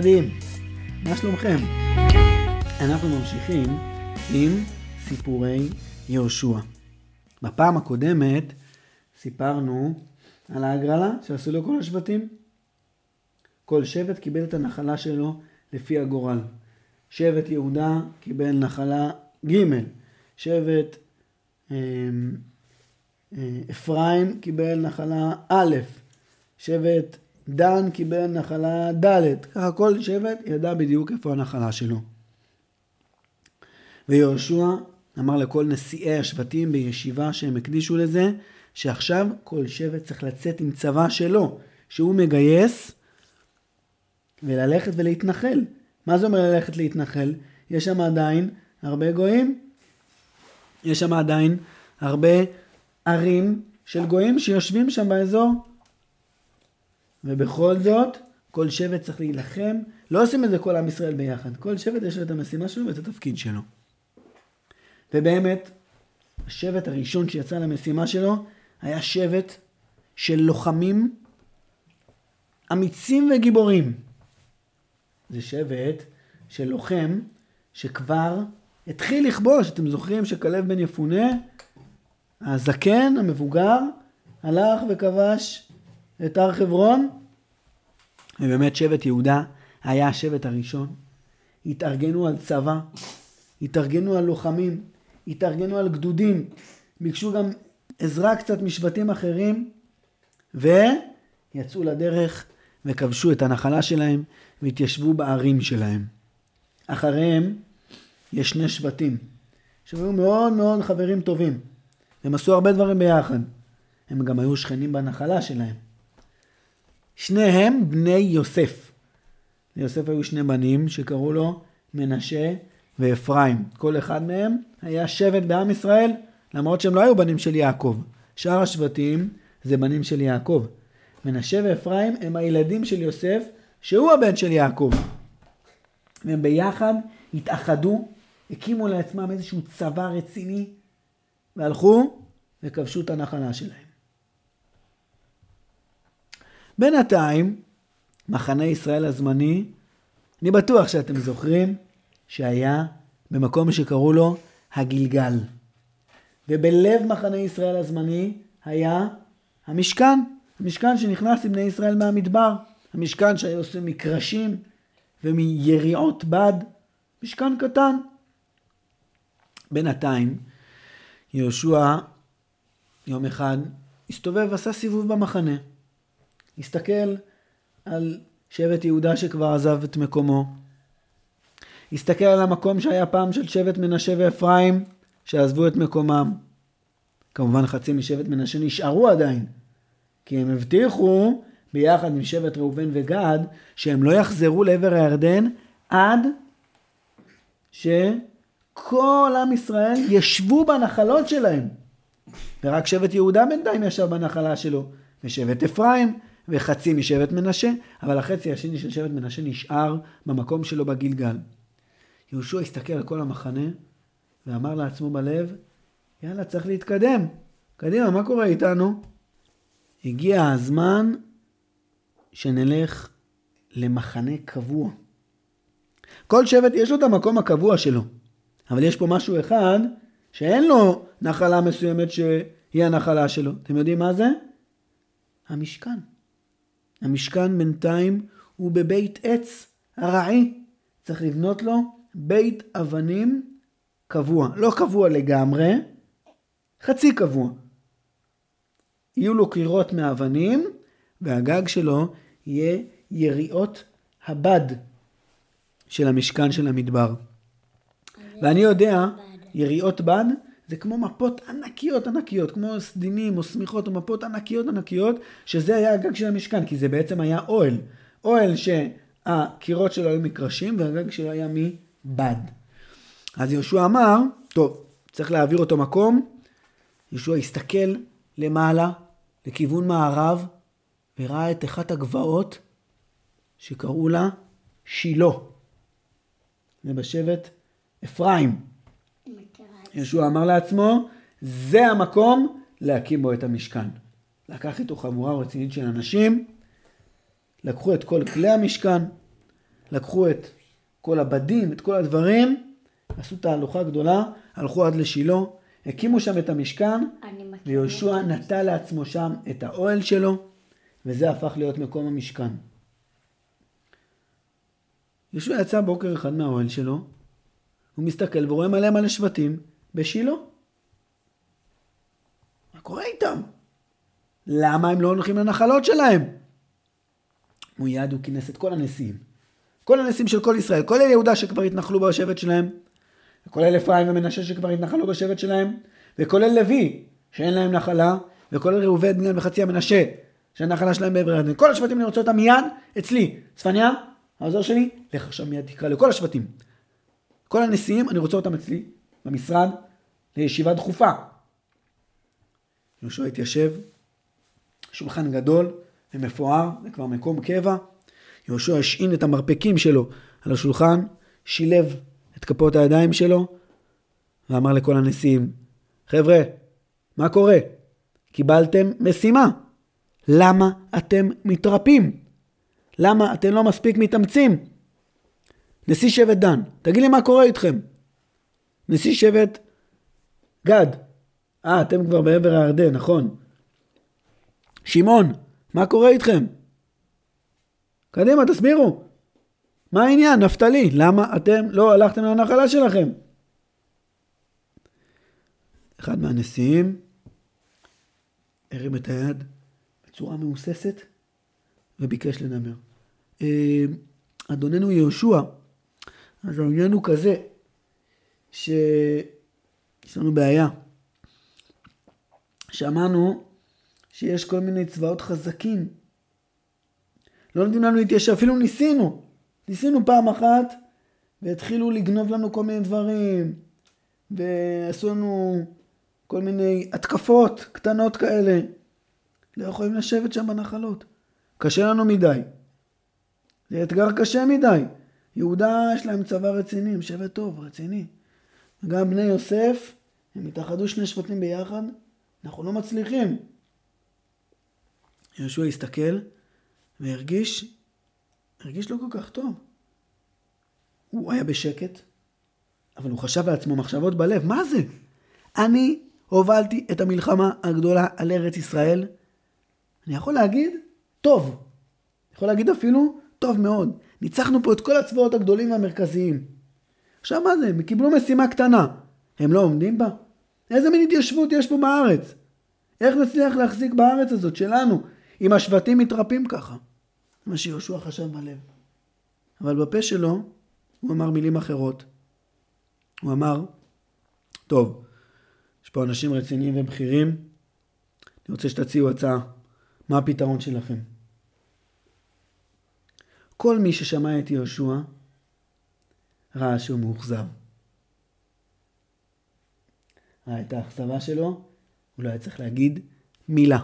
ילדים, מה שלומכם? אנחנו ממשיכים עם סיפורי יהושע. בפעם הקודמת סיפרנו על ההגרלה שעשו לו כל השבטים. כל שבט קיבל את הנחלה שלו לפי הגורל. שבט יהודה קיבל נחלה ג', שבט אפרים קיבל נחלה א', שבט דן קיבל נחלה ד'. ככה כל שבט ידע בדיוק איפה הנחלה שלו. ויהושע אמר לכל נשיאי השבטים בישיבה שהם הקדישו לזה, שעכשיו כל שבט צריך לצאת עם צבא שלו, שהוא מגייס וללכת ולהתנחל. מה זה אומר ללכת להתנחל? יש שם עדיין הרבה גויים, יש שם עדיין הרבה ערים של גויים שיושבים שם באזור, ובכל זאת כל שבט צריך להילחם. לא עושים את זה כל עם ישראל ביחד, כל שבט יש לו את המשימה שלו ואת התפקיד שלו. ובאמת השבט הראשון שיצא למשימה שלו היה שבט של לוחמים אמיצים וגיבורים. זה שבט של לוחם שכבר התחיל לכבוש. אתם זוכרים שכלב בן יפונה, הזקן המבוגר, הלך וכבש את הר חברון? ובאמת שבט יהודה היה השבט הראשון. התארגנו על צבא, התארגנו על לוחמים, התארגנו על גדודים, ביקשו גם עזרה קצת משבטים אחרים, ויצאו לדרך וכבשו את הנחלה שלהם והתיישבו בערים שלהם. אחריהם יש שני שבטים שהיו מאוד מאוד חברים טובים, הם עשו הרבה דברים ביחד, הם גם היו שכנים בנחלה שלהם. שניהם בני יוסף. ליוסף היו שני בנים שקראו לו מנשה ואפרים. כל אחד מהם היה שבט בעם ישראל, למרות שהם לא היו בנים של יעקב. שאר השבטים זה בנים של יעקב. מנשה ואפרים הם הילדים של יוסף, שהוא הבן של יעקב. והם ביחד התאחדו, הקימו לעצמם איזשהו צבא רציני, והלכו וכבשו את הנחלה שלהם. בינתיים, מחנה ישראל הזמני, אני בטוח שאתם זוכרים, שהיה במקום שקראו לו הגלגל. ובלב מחנה ישראל הזמני היה המשכן. המשכן שנכנס עם בני ישראל מהמדבר. המשכן שהיה עושה מקרשים ומייריעות בד. משכן קטן. בינתיים, יהושע יום אחד הסתובב ועשה סיבוב במחנה. הסתכל על שבט יהודה שכבר עזב את מקומו. הסתכל על המקום שהיה פעם של שבט מנשה ואפרים שעזבו את מקומם. כמובן חצי משבט מנשה נשארו עדיין, כי הם הבטיחו ביחד עם שבט ראובן וגד שהם לא יחזרו לעבר הירדן עד שכל עם ישראל ישבו בנחלות שלהם. ורק שבט יהודה בינתיים ישב בנחלה שלו, ושבט אפרים וחצי משבט מנשה, אבל החצי השני של שבט מנשה נשאר במקום שלו בגלגל. יהושע הסתכל על כל המחנה ואמר לעצמו בלב, יאללה, צריך להתקדם. קדימה, מה קורה איתנו? הגיע הזמן שנלך למחנה קבוע. כל שבט יש לו את המקום הקבוע שלו, אבל יש פה משהו אחד שאין לו נחלה מסוימת שהיא הנחלה שלו. אתם יודעים מה זה? המשכן. המשכן בינתיים הוא בבית עץ הרעי. צריך לבנות לו בית אבנים קבוע. לא קבוע לגמרי, חצי קבוע. יהיו לו קירות מאבנים, והגג שלו יהיה יריעות הבד של המשכן של המדבר. ואני יודע, יריעות בד זה כמו מפות ענקיות ענקיות, כמו סדינים או סמיכות או מפות ענקיות ענקיות, שזה היה הגג של המשכן, כי זה בעצם היה אוהל. אוהל שהקירות שלו היו מקרשים והגג שלו היה מבד. אז יהושע אמר, טוב, צריך להעביר אותו מקום. יהושע הסתכל למעלה, לכיוון מערב, וראה את אחת הגבעות שקראו לה שילה. זה בשבט אפרים. יהושע אמר לעצמו, זה המקום להקים בו את המשכן. לקח איתו חבורה רצינית של אנשים, לקחו את כל כלי המשכן, לקחו את כל הבדים, את כל הדברים, עשו תהלוכה גדולה, הלכו עד לשילה, הקימו שם את המשכן, ויהושע נטל לעצמו שם את האוהל שלו, וזה הפך להיות מקום המשכן. יהושע יצא בוקר אחד מהאוהל שלו, הוא מסתכל ורואה מלא שבטים בשילה. מה קורה איתם? למה הם לא הולכים לנחלות שלהם? מיד הוא כינס את כל הנשיאים. כל הנשיאים של כל ישראל, כולל יהודה שכבר התנחלו בשבט שלהם, וכולל אפרים ומנשה שכבר התנחלו בשבט שלהם, וכולל לוי שאין להם נחלה, וכולל ראובן, בנימין וחצי המנשה שהנחלה שלהם בעבר הירדן. כל השבטים אני רוצה אותם מיד אצלי. צפניה, העוזר שלי, לך עכשיו מיד תקרא לכל השבטים. כל הנשיאים אני רוצה אותם אצלי, במשרד, לישיבה דחופה. יהושע התיישב, שולחן גדול ומפואר, זה כבר מקום קבע. יהושע השעין את המרפקים שלו על השולחן, שילב את כפות הידיים שלו, ואמר לכל הנשיאים, חבר'ה, מה קורה? קיבלתם משימה. למה אתם מתרפים? למה אתם לא מספיק מתאמצים? נשיא שבט דן, תגיד לי מה קורה איתכם? נשיא שבט גד, אתם כבר בעבר הירדן, נכון? שמעון, מה קורה איתכם? קדימה, תסבירו. מה העניין? נפתלי, למה אתם לא הלכתם לנחלה שלכם? אחד מהנשיאים הרים את היד בצורה מהוססת וביקש לדבר. אדוננו יהושע, אז העניין הוא כזה, שיש לנו בעיה. שמענו שיש כל מיני צבאות חזקים. לא נותנים לנו להתיישב, אפילו ניסינו פעם אחת, והתחילו לגנוב לנו כל מיני דברים, ועשו לנו כל מיני התקפות קטנות כאלה. לא יכולים לשבת שם בנחלות. קשה לנו מדי. זה אתגר קשה מדי. יהודה יש להם צבא רציני, הם שבט טוב, רציני. וגם בני יוסף, הם התאחדו שני שבטים ביחד, אנחנו לא מצליחים. יהושע הסתכל והרגיש לא כל כך טוב. הוא היה בשקט, אבל הוא חשב לעצמו מחשבות בלב. מה זה? אני הובלתי את המלחמה הגדולה על ארץ ישראל. אני יכול להגיד, טוב. יכול להגיד אפילו, טוב מאוד. ניצחנו פה את כל הצבאות הגדולים והמרכזיים. עכשיו מה זה? הם קיבלו משימה קטנה. הם לא עומדים בה? איזה מין התיישבות יש פה בארץ? איך נצליח להחזיק בארץ הזאת שלנו, אם השבטים מתרפים ככה? מה שיהושע חשב בלב. אבל בפה שלו, הוא אמר מילים אחרות. הוא אמר, טוב, יש פה אנשים רציניים ובכירים, אני רוצה שתציעו הצעה. מה הפתרון שלכם? כל מי ששמע את יהושע, ראה שהוא מאוכזב. ראה את האכזבה שלו, הוא לא היה צריך להגיד מילה.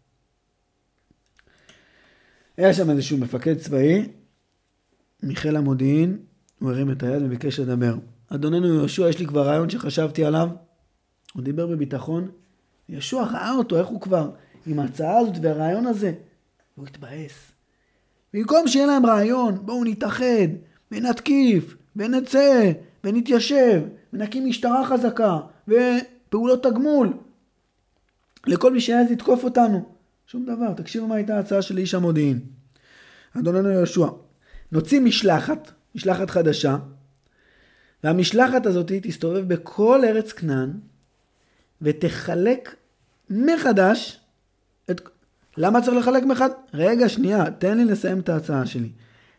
היה שם איזשהו מפקד צבאי, מחיל המודיעין, הוא הרים את היד וביקש לדבר. אדוננו יהושע, יש לי כבר רעיון שחשבתי עליו. הוא דיבר בביטחון. יהושע ראה אותו, איך הוא כבר עם ההצעה הזאת והרעיון הזה. הוא התבאס. במקום שיהיה להם רעיון, בואו נתאחד, ונתקיף, ונצא, ונתיישב, ונקים משטרה חזקה, ופעולות תגמול. לכל מי שהיה לתקוף אותנו. שום דבר. תקשיבו מה הייתה ההצעה של איש המודיעין. אדוננו יהושע, נוציא משלחת חדשה, והמשלחת הזאת תסתובב בכל ארץ כנען, ותחלק מחדש למה צריך לחלק מחדש? רגע, שנייה, תן לי לסיים את ההצעה שלי.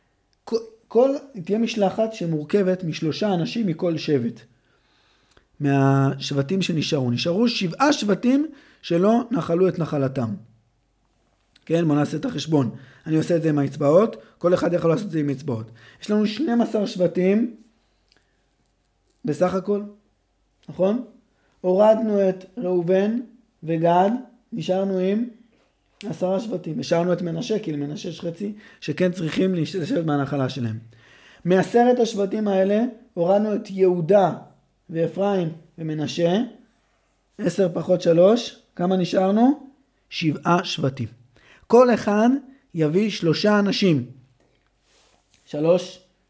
תהיה משלחת שמורכבת מ3 אנשים מכל שבט. מהשבטים שנשארו. נשארו 7 שבטים שלא נחלו את נחלתם. כן, בוא נעשה את החשבון. אני עושה את זה עם האצבעות, כל אחד יכול לעשות את זה עם אצבעות. יש לנו 12 שבטים בסך הכל, נכון? הורדנו את ראובן וגד, נשארנו עם 10 שבטים. השארנו את מנשה, כי למנשה יש חצי שכן צריכים לשבת מהנחלה שלהם. מ10 השבטים האלה הורדנו את יהודה ואפרים ומנשה, 10 פחות 3, כמה נשארנו? 7 שבטים. כל אחד יביא 3 אנשים. 3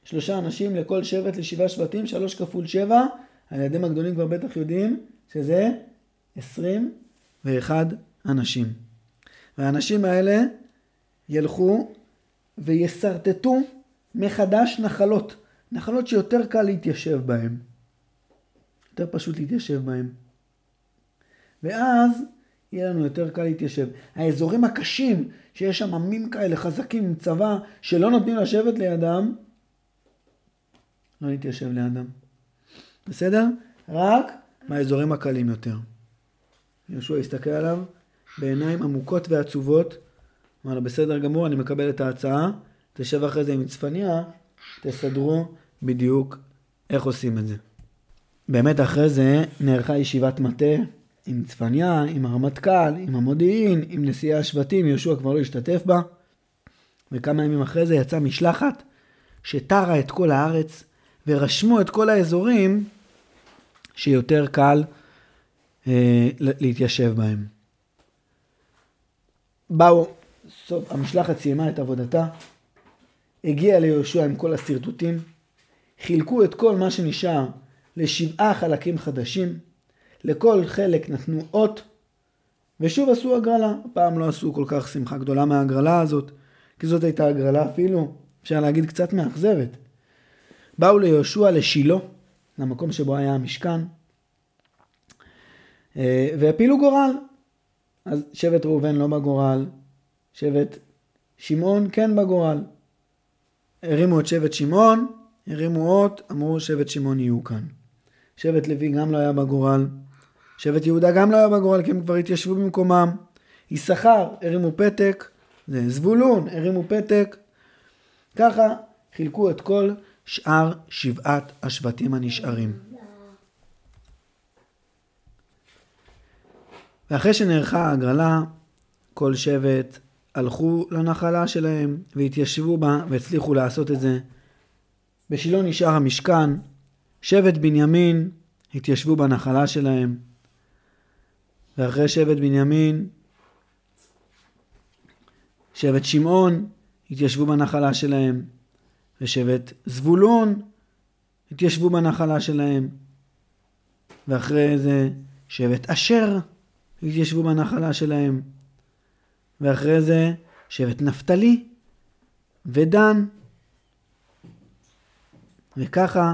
3 אנשים לכל שבט ל7 שבטים, 3 כפול 7, הילדים הגדולים כבר בטח יודעים שזה 21 אנשים. והאנשים האלה ילכו ויסרטטו מחדש נחלות. נחלות שיותר קל להתיישב בהם. יותר פשוט להתיישב בהם. ואז יהיה לנו יותר קל להתיישב. האזורים הקשים, שיש שם עמים כאלה חזקים עם צבא, שלא נותנים לשבת לידם, לא להתיישב לידם. בסדר? רק מהאזורים הקלים יותר. יהושע הסתכל עליו בעיניים עמוקות ועצובות. אמר לו, בסדר גמור, אני מקבל את ההצעה. תשב אחרי זה עם צפניה, תסדרו בדיוק איך עושים את זה. באמת אחרי זה נערכה ישיבת מטה עם צפניה, עם הרמטכ"ל, עם המודיעין, עם נשיאי השבטים. יהושע כבר לא השתתף בה. וכמה ימים אחרי זה יצאה משלחת שתרה את כל הארץ ורשמו את כל האזורים שיותר קל להתיישב בהם. המשלחת סיימה את עבודתה, הגיעה ליהושע עם כל הסרטוטים, חילקו את כל מה שנשאר ל7 חלקים חדשים, לכל חלק נתנו אות, ושוב עשו הגרלה. פעם לא עשו כל כך שמחה גדולה מההגרלה הזאת, כי זאת הייתה הגרלה אפילו, אפשר להגיד קצת מאכזבת. באו ליהושע לשילה, למקום שבו היה המשכן, והפילו גורל. אז שבט ראובן לא בגורל, שבט שמעון כן בגורל. הרימו את שבט שמעון, הרימו אות, אמרו שבט שמעון יהיו כאן. שבט לוי גם לא היה בגורל, שבט יהודה גם לא היה בגורל, כי הם כבר התיישבו במקומם. יששכר הרימו פתק, זה זבולון הרימו פתק. ככה חילקו את כל שאר 7 השבטים הנשארים. ואחרי שנערכה ההגרלה, כל שבט הלכו לנחלה שלהם והתיישבו בה והצליחו לעשות את זה. בשילה נשאר המשכן, שבט בנימין התיישבו בנחלה שלהם. ואחרי שבט בנימין, שבט שמעון התיישבו בנחלה שלהם. ושבט זבולון התיישבו בנחלה שלהם. ואחרי זה שבט אשר התיישבו בנחלה שלהם. ואחרי זה שבט נפתלי ודן. וככה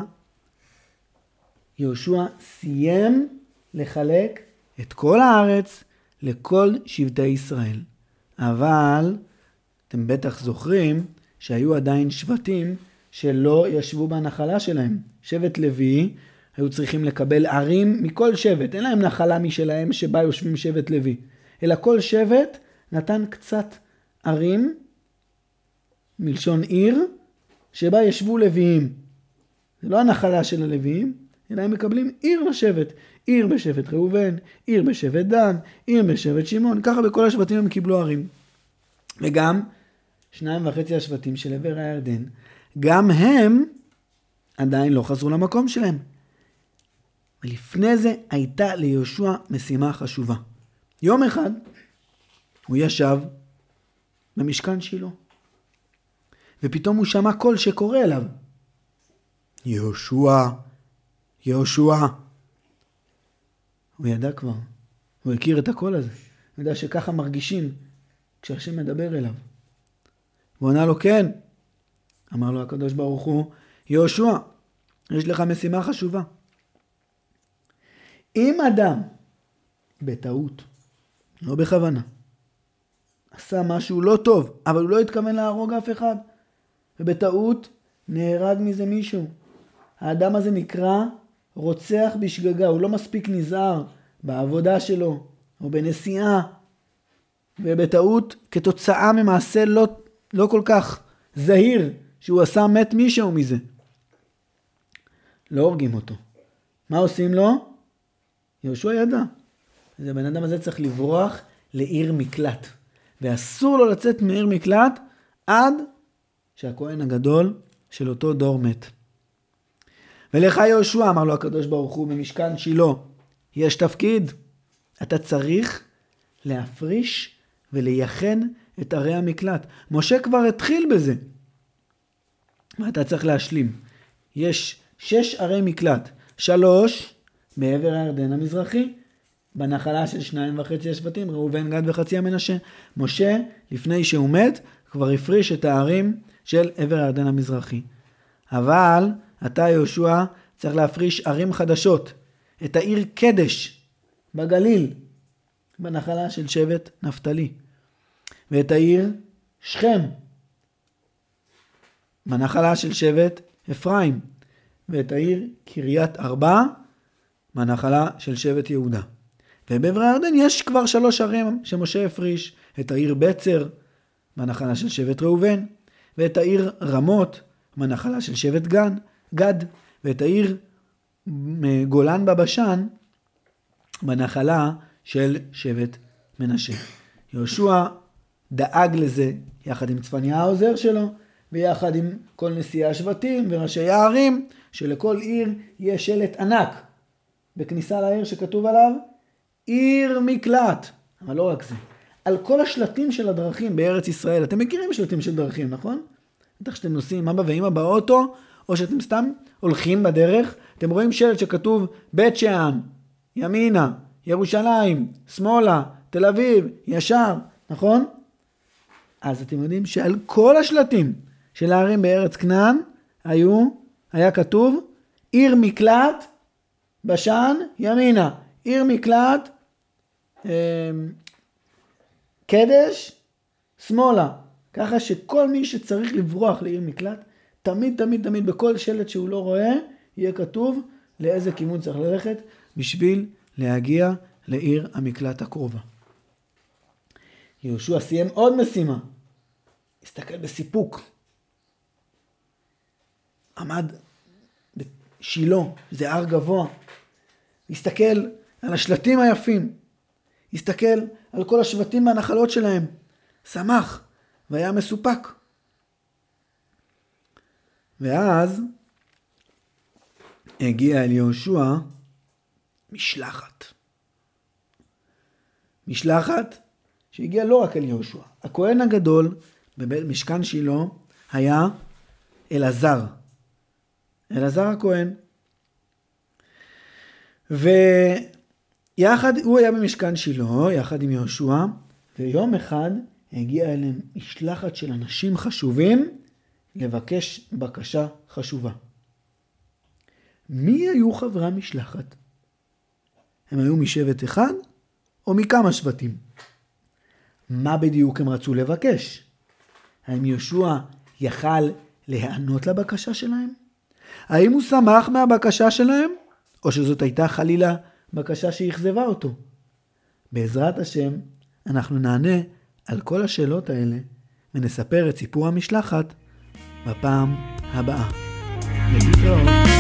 יהושע סיים לחלק את כל הארץ לכל שבטי ישראל. אבל אתם בטח זוכרים שהיו עדיין שבטים שלא ישבו בנחלה שלהם. שבט לוי היו צריכים לקבל ערים מכל שבט. אין להם נחלה משלהם שבה יושבים שבט לוי. אלא כל שבט נתן קצת ערים, מלשון עיר, שבה ישבו לוויים. זה לא הנחלה של הלוויים, אלא הם מקבלים עיר לשבט. עיר בשבט ראובן, עיר בשבט דן, עיר בשבט שמעון. ככה בכל השבטים הם קיבלו ערים. וגם 2.5 השבטים של עבר הירדן, גם הם עדיין לא חזרו למקום שלהם. ולפני זה הייתה ליהושע משימה חשובה. יום אחד הוא ישב במשכן שילה, ופתאום הוא שמע קול שקורא אליו. יהושע, יהושע. הוא ידע כבר, הוא הכיר את הקול הזה. הוא ידע שככה מרגישים כשהשם מדבר אליו. הוא ענה לו כן. אמר לו הקדוש ברוך הוא, יהושע, יש לך משימה חשובה. אם אדם בטעות, לא בכוונה, עשה משהו לא טוב, אבל הוא לא התכוון להרוג אף אחד, ובטעות נהרג מזה מישהו, האדם הזה נקרא רוצח בשגגה. הוא לא מספיק נזהר בעבודה שלו או בנסיעה, ובטעות כתוצאה ממעשה לא כל כך זהיר שהוא עשה, מת מישהו מזה, לא הורגים אותו. מה עושים לו? יהושע ידע, זה בן אדם הזה צריך לברוח לעיר מקלט, ואסור לו לצאת מעיר מקלט עד שהכהן הגדול של אותו דור מת. ולך יהושע, אמר לו הקדוש ברוך הוא במשכן שילה, יש תפקיד. אתה צריך להפריש ולייחן את ערי המקלט. משה כבר התחיל בזה. ואתה צריך להשלים. יש 6 ערי מקלט, 3 בעבר הירדן המזרחי, בנחלה של 2.5 השבטים, ראובן, גד וחצי המנשה. משה, לפני שהוא מת, כבר הפריש את הערים של עבר הירדן המזרחי. אבל אתה, יהושע, צריך להפריש ערים חדשות. את העיר קדש בגליל, בנחלה של שבט נפתלי. ואת העיר שכם, בנחלה של שבט אפרים. ואת העיר קריית ארבע, בנחלה של שבט יהודה. ובעבר הירדן יש כבר 3 ערים שמשה הפריש. את העיר בצר, בנחלה של שבט ראובן. ואת העיר רמות, בנחלה של שבט גד. ואת העיר גולן בבשן, בנחלה של שבט מנשה. יהושע דאג לזה יחד עם צפניה העוזר שלו, ויחד עם כל נשיאי השבטים וראשי הערים, שלכל עיר יש שלט ענק בכניסה לעיר שכתוב עליו עיר מקלט. אבל לא רק זה, על כל השלטים של הדרכים בארץ ישראל, אתם מכירים שלטים של דרכים, נכון? בטח שאתם נוסעים אבא ואמא באוטו, או שאתם סתם הולכים בדרך, אתם רואים שלט שכתוב בית שאן, ימינה, ירושלים, שמאלה, תל אביב, ישר, נכון? אז אתם יודעים שעל כל השלטים של הערים בארץ כנען היה כתוב עיר מקלט בשן ימינה, עיר מקלט קדש שמאלה. ככה שכל מי שצריך לברוח לעיר מקלט, תמיד בכל שלט שהוא לא רואה, יהיה כתוב לאיזה כיוון צריך ללכת בשביל להגיע לעיר המקלט הקרובה. יהושע סיים עוד משימה. הסתכל בסיפוק. עמד בשילה, זה הר גבוה. הסתכל על השלטים היפים. הסתכל על כל השבטים והנחלות שלהם. שמח והיה מסופק. ואז הגיע אל יהושע משלחת שהגיע לא רק אל יהושע. הכהן הגדול במשכן שילה היה אלעזר הכהן. ויחד הוא היה במשכן שילה יחד עם יהושע, ויום אחד הגיע אליהם משלחת של אנשים חשובים לבקש בקשה חשובה. מי היו חברי המשלחת? הם היו משבט אחד או מכמה שבטים? מה בדיוק הם רצו לבקש? האם יהושע יכל להיענות לבקשה שלהם? האם הוא שמח מהבקשה שלהם? או שזאת הייתה חלילה בקשה שהכזבה אותו? בעזרת השם אנחנו נענה על כל השאלות האלה ונספר את סיפור המשלחת בפעם הבאה. להתראות.